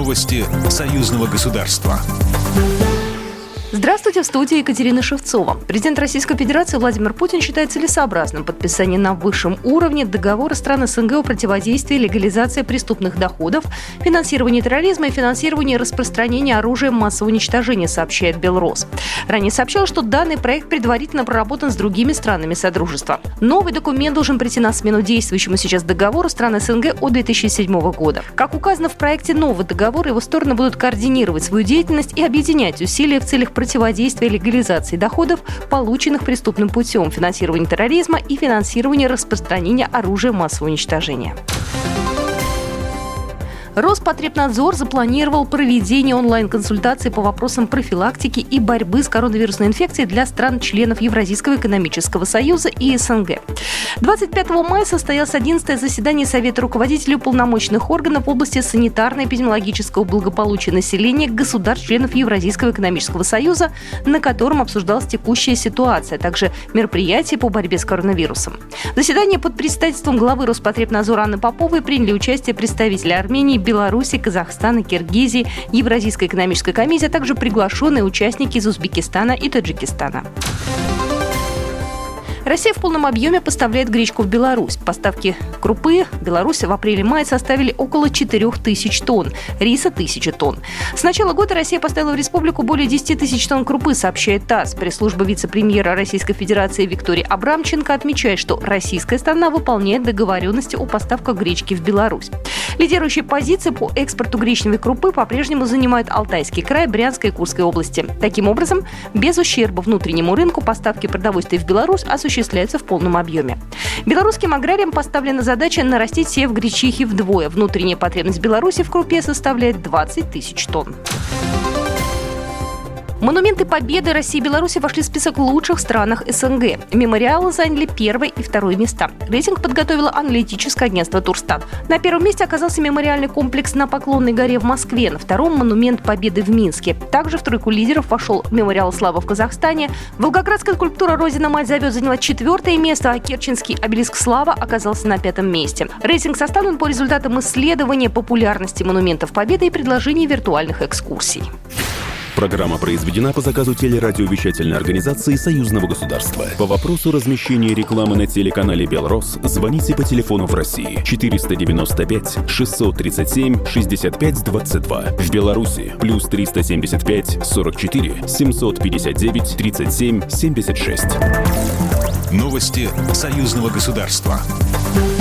Новости союзного государства. Здравствуйте, в студии Екатерина Шевцова. Президент Российской Федерации Владимир Путин считает целесообразным подписание на высшем уровне договора стран СНГ о противодействии легализации преступных доходов, финансировании терроризма и финансировании распространения оружия массового уничтожения, сообщает Белрос. Ранее сообщал, что данный проект предварительно проработан с другими странами Содружества. Новый документ должен прийти на смену действующему сейчас договору стран СНГ от 2007 года. Как указано в проекте нового договора, его стороны будут координировать свою деятельность и объединять усилия в целях противодействия легализации доходов, полученных преступным путем, финансирования терроризма и финансирования распространения оружия массового уничтожения. Роспотребнадзор запланировал проведение онлайн-консультаций по вопросам профилактики и борьбы с коронавирусной инфекцией для стран-членов Евразийского экономического союза и СНГ. 25 мая состоялось 11-е заседание Совета руководителей уполномоченных органов в области санитарно-эпидемиологического благополучия населения государств-членов Евразийского экономического союза, на котором обсуждалась текущая ситуация, а также мероприятия по борьбе с коронавирусом. В заседании под председательством главы Роспотребнадзора Анны Поповой приняли участие представители Армении, Беларуси, Казахстана, Киргизии, Евразийской экономической комиссии, а также приглашенные участники из Узбекистана и Таджикистана. Россия в полном объеме поставляет гречку в Беларусь. Поставки крупы в Беларусь в апреле-мае составили около 4000 тонн, риса – 1000 тонн. С начала года Россия поставила в республику более 10 тысяч тонн крупы, сообщает ТАСС. Пресс-служба вице-премьера Российской Федерации Виктория Абрамченко отмечает, что российская сторона выполняет договоренности о поставках гречки в Беларусь. Лидирующие позиции по экспорту гречневой крупы по-прежнему занимают Алтайский край, Брянская и Курская области. Таким образом, без ущерба внутреннему рынку поставки продовольствия в Беларусь осуществляются в полном объеме. Белорусским аграриям поставлена задача нарастить сев гречихи вдвое. Внутренняя потребность Беларуси в крупе составляет 20 тысяч тонн. Монументы Победы России и Беларуси вошли в список лучших в странах СНГ. Мемориалы заняли первое и второе места. Рейтинг подготовило аналитическое агентство «Турстат». На первом месте оказался мемориальный комплекс на Поклонной горе в Москве, на втором – монумент Победы в Минске. Также в тройку лидеров вошел мемориал «Слава» в Казахстане. Волгоградская скульптура «Родина-мать зовет» заняла 4-е место, а Керченский обелиск «Слава» оказался на 5-м месте. Рейтинг составлен по результатам исследования популярности монументов Победы и предложений виртуальных экскурсий. Программа произведена по заказу телерадиовещательной организации Союзного государства. По вопросу размещения рекламы на телеканале «Белрос» звоните по телефону в России 495 637 65 22. В Беларуси плюс 375 44 759 37 76. Новости союзного государства.